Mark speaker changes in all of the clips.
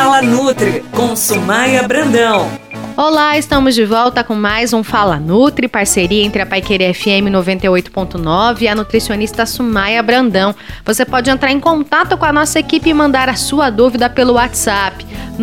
Speaker 1: Fala Nutri, com Sumaia Brandão.
Speaker 2: Olá, estamos de volta com mais um Fala Nutri, parceria entre a Paiquerê FM 98.9 e a nutricionista Sumaia Brandão. Você pode entrar em contato com a nossa equipe e mandar a sua dúvida pelo WhatsApp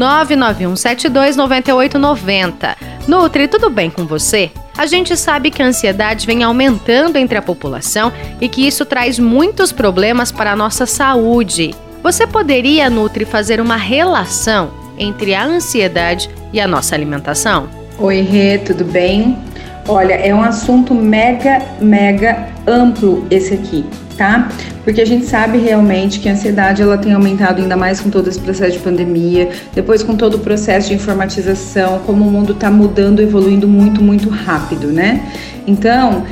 Speaker 2: 991729890. Nutri, tudo bem com você? A gente sabe que a ansiedade vem aumentando entre a população e que isso traz muitos problemas para a nossa saúde. Você poderia, Nutri, fazer uma relação entre a ansiedade e a nossa alimentação?
Speaker 3: Oi, Rê, tudo bem? Olha, é um assunto mega amplo esse aqui, tá? Porque a gente sabe realmente que a ansiedade ela tem aumentado ainda mais com todo esse processo de pandemia, depois com todo o processo de informatização, como o mundo está mudando, evoluindo muito rápido, né? Então,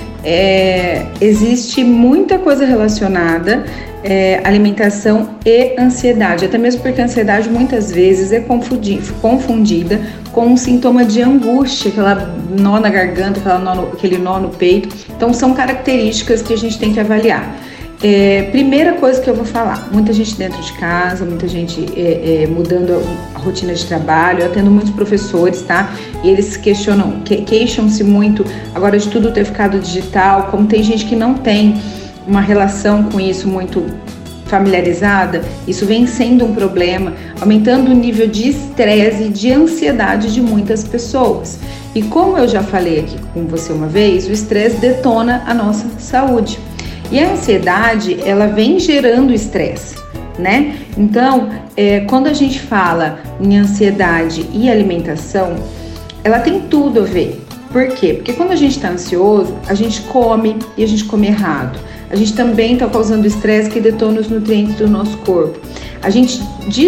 Speaker 3: existe muita coisa relacionada alimentação e ansiedade, até mesmo porque a ansiedade muitas vezes é confundida com um sintoma de angústia, aquela nó na garganta, aquele nó no peito. Então são características que a gente tem que avaliar. Primeira coisa que eu vou falar, muita gente dentro de casa, muita gente mudando a rotina de trabalho. Eu atendo muitos professores, tá? E eles queixam-se muito agora de tudo ter ficado digital, como tem gente que não tem uma relação com isso muito familiarizada, isso vem sendo um problema, aumentando o nível de estresse e de ansiedade de muitas pessoas. E como eu já falei aqui com você uma vez, o estresse detona a nossa saúde. E a ansiedade, ela vem gerando estresse, né? Então, quando a gente fala em ansiedade e alimentação, ela tem tudo a ver. Por quê? Porque quando a gente está ansioso, a gente come e a gente come errado. A gente também está causando estresse que detona os nutrientes do nosso corpo. A gente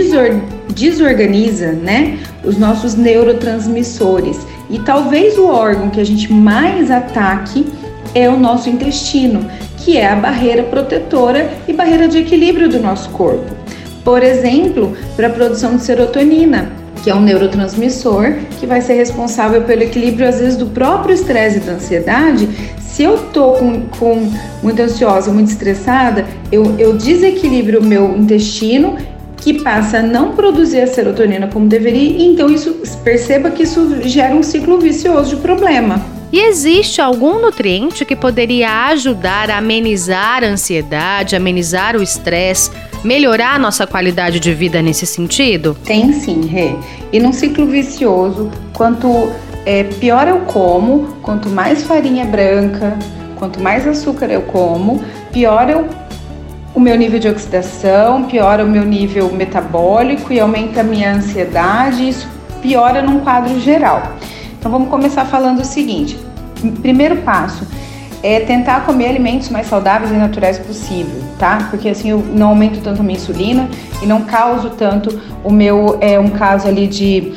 Speaker 3: desorganiza, né, os nossos neurotransmissores. E talvez o órgão que a gente mais ataque é o nosso intestino, que é a barreira protetora e barreira de equilíbrio do nosso corpo. Por exemplo, para a produção de serotonina, que é um neurotransmissor que vai ser responsável pelo equilíbrio, às vezes, do próprio estresse e da ansiedade. Se eu tô muito ansiosa, muito estressada, eu desequilibro o meu intestino, que passa a não produzir a serotonina como deveria, e então perceba que isso gera um ciclo vicioso de problema.
Speaker 2: E existe algum nutriente que poderia ajudar a amenizar a ansiedade, amenizar o estresse, melhorar a nossa qualidade de vida nesse sentido?
Speaker 3: Tem sim, Rê. E num ciclo vicioso, quanto pior eu como, quanto mais farinha branca, quanto mais açúcar eu como, pior o meu nível de oxidação, piora o meu nível metabólico e aumenta a minha ansiedade, isso piora num quadro geral. Então vamos começar falando o seguinte: primeiro passo é tentar comer alimentos mais saudáveis e naturais possível, tá? Porque assim eu não aumento tanto a minha insulina e não causo tanto o meu, um caso ali de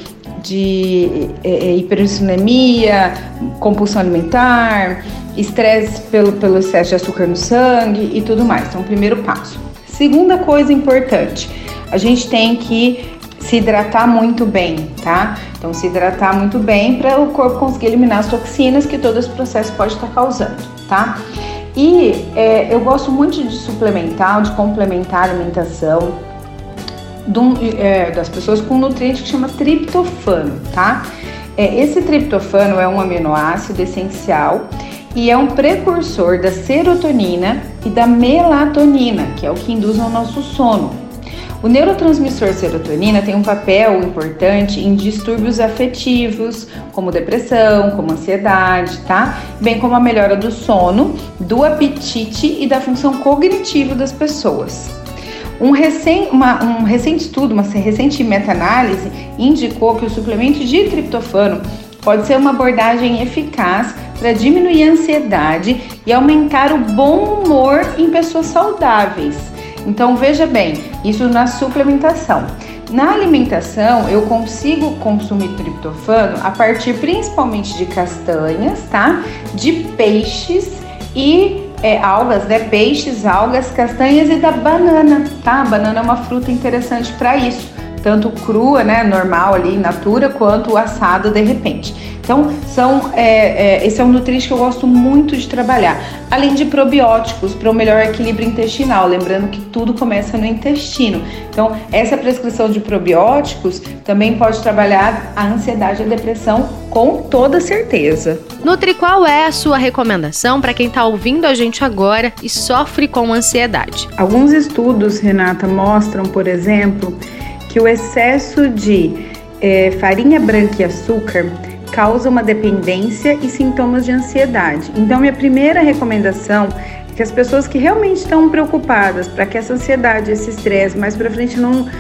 Speaker 3: hiperinsulinemia, compulsão alimentar, estresse pelo excesso de açúcar no sangue e tudo mais. Então, primeiro passo. Segunda coisa importante, a gente tem que se hidratar muito bem, tá? Então, se hidratar muito bem para o corpo conseguir eliminar as toxinas que todo esse processo pode estar causando, tá? E eu gosto muito de suplementar, de complementar a alimentação das pessoas com um nutriente que chama triptofano, tá? Esse triptofano é um aminoácido essencial e é um precursor da serotonina e da melatonina, que é o que induz ao nosso sono. O neurotransmissor serotonina tem um papel importante em distúrbios afetivos, como depressão, como ansiedade, tá? Bem como a melhora do sono, do apetite e da função cognitiva das pessoas. Um recente estudo, uma recente meta-análise indicou que o suplemento de triptofano pode ser uma abordagem eficaz para diminuir a ansiedade e aumentar o bom humor em pessoas saudáveis. Então veja bem, isso na suplementação. Na alimentação, eu consigo consumir triptofano a partir principalmente de castanhas, tá? De peixes e algas, né? Peixes, algas, castanhas e da banana, tá? A banana é uma fruta interessante para isso, tanto crua, né, normal ali, in natura, quanto assada de repente. Então, esse é um nutriente que eu gosto muito de trabalhar. Além de probióticos, para o melhor equilíbrio intestinal. Lembrando que tudo começa no intestino. Então, essa prescrição de probióticos também pode trabalhar a ansiedade e a depressão com toda certeza.
Speaker 2: Nutri, qual é a sua recomendação para quem está ouvindo a gente agora e sofre com ansiedade?
Speaker 3: Alguns estudos, Renata, mostram, por exemplo, que o excesso de farinha branca e açúcar causa uma dependência e sintomas de ansiedade. Então, minha primeira recomendação é que as pessoas que realmente estão preocupadas para que essa ansiedade, esse estresse mais para frente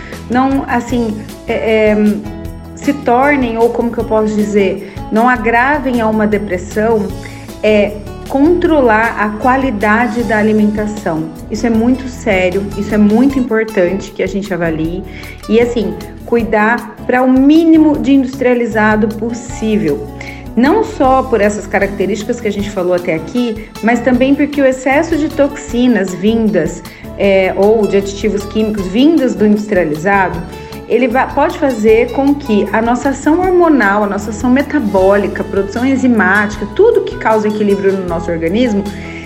Speaker 3: se tornem, ou como que eu posso dizer, não agravem a uma depressão, controlar a qualidade da alimentação. Isso é muito sério, isso é muito importante que a gente avalie e assim, cuidar para o mínimo de industrializado possível. Não só por essas características que a gente falou até aqui, mas também porque o excesso de toxinas vindas ou de aditivos químicos vindas do industrializado, ele pode fazer com que a nossa ação hormonal, a nossa ação metabólica, produção enzimática, tudo que causa equilíbrio no nosso organismo,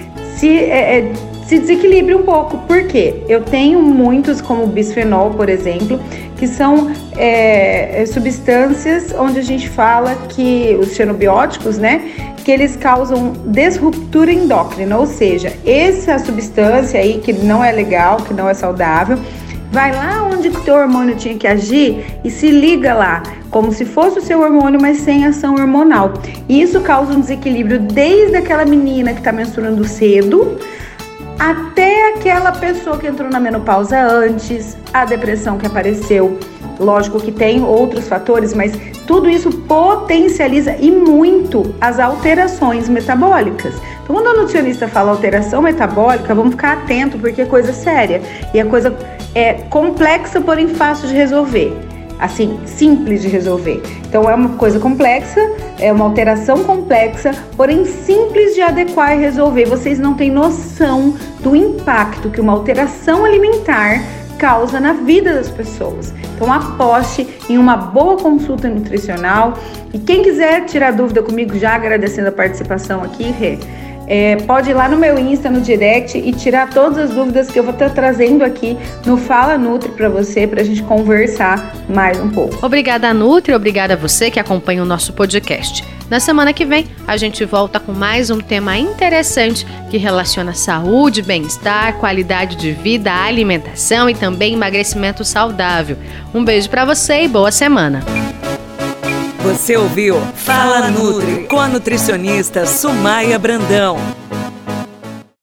Speaker 3: se desequilibre um pouco. Por quê? Eu tenho muitos, como o bisfenol, por exemplo, que são substâncias onde a gente fala que os xenobióticos, né, que eles causam disruptura endócrina, ou seja, essa substância aí que não é legal, que não é saudável, vai lá onde o teu hormônio tinha que agir e se liga lá, como se fosse o seu hormônio, mas sem ação hormonal. E isso causa um desequilíbrio desde aquela menina que está menstruando cedo até aquela pessoa que entrou na menopausa antes, a depressão que apareceu. Lógico que tem outros fatores, mas tudo isso potencializa e muito as alterações metabólicas. Então, quando a nutricionista fala alteração metabólica, vamos ficar atento porque é coisa séria. E a coisa é complexa, porém fácil de resolver. Assim, simples de resolver. Então, é uma coisa complexa, é uma alteração complexa, porém simples de adequar e resolver. Vocês não têm noção do impacto que uma alteração alimentar causa na vida das pessoas. Então aposte em uma boa consulta nutricional e quem quiser tirar dúvida comigo, já agradecendo a participação aqui, Rê, pode ir lá no meu Insta, no direct e tirar todas as dúvidas que eu vou estar trazendo aqui no Fala Nutri para você, para a gente conversar mais um pouco.
Speaker 2: Obrigada, Nutri, obrigada a você que acompanha o nosso podcast. Na semana que vem, a gente volta com mais um tema interessante que relaciona saúde, bem-estar, qualidade de vida, alimentação e também emagrecimento saudável. Um beijo para você e boa semana.
Speaker 1: Você ouviu Fala Nutri com a nutricionista Sumaia Brandão.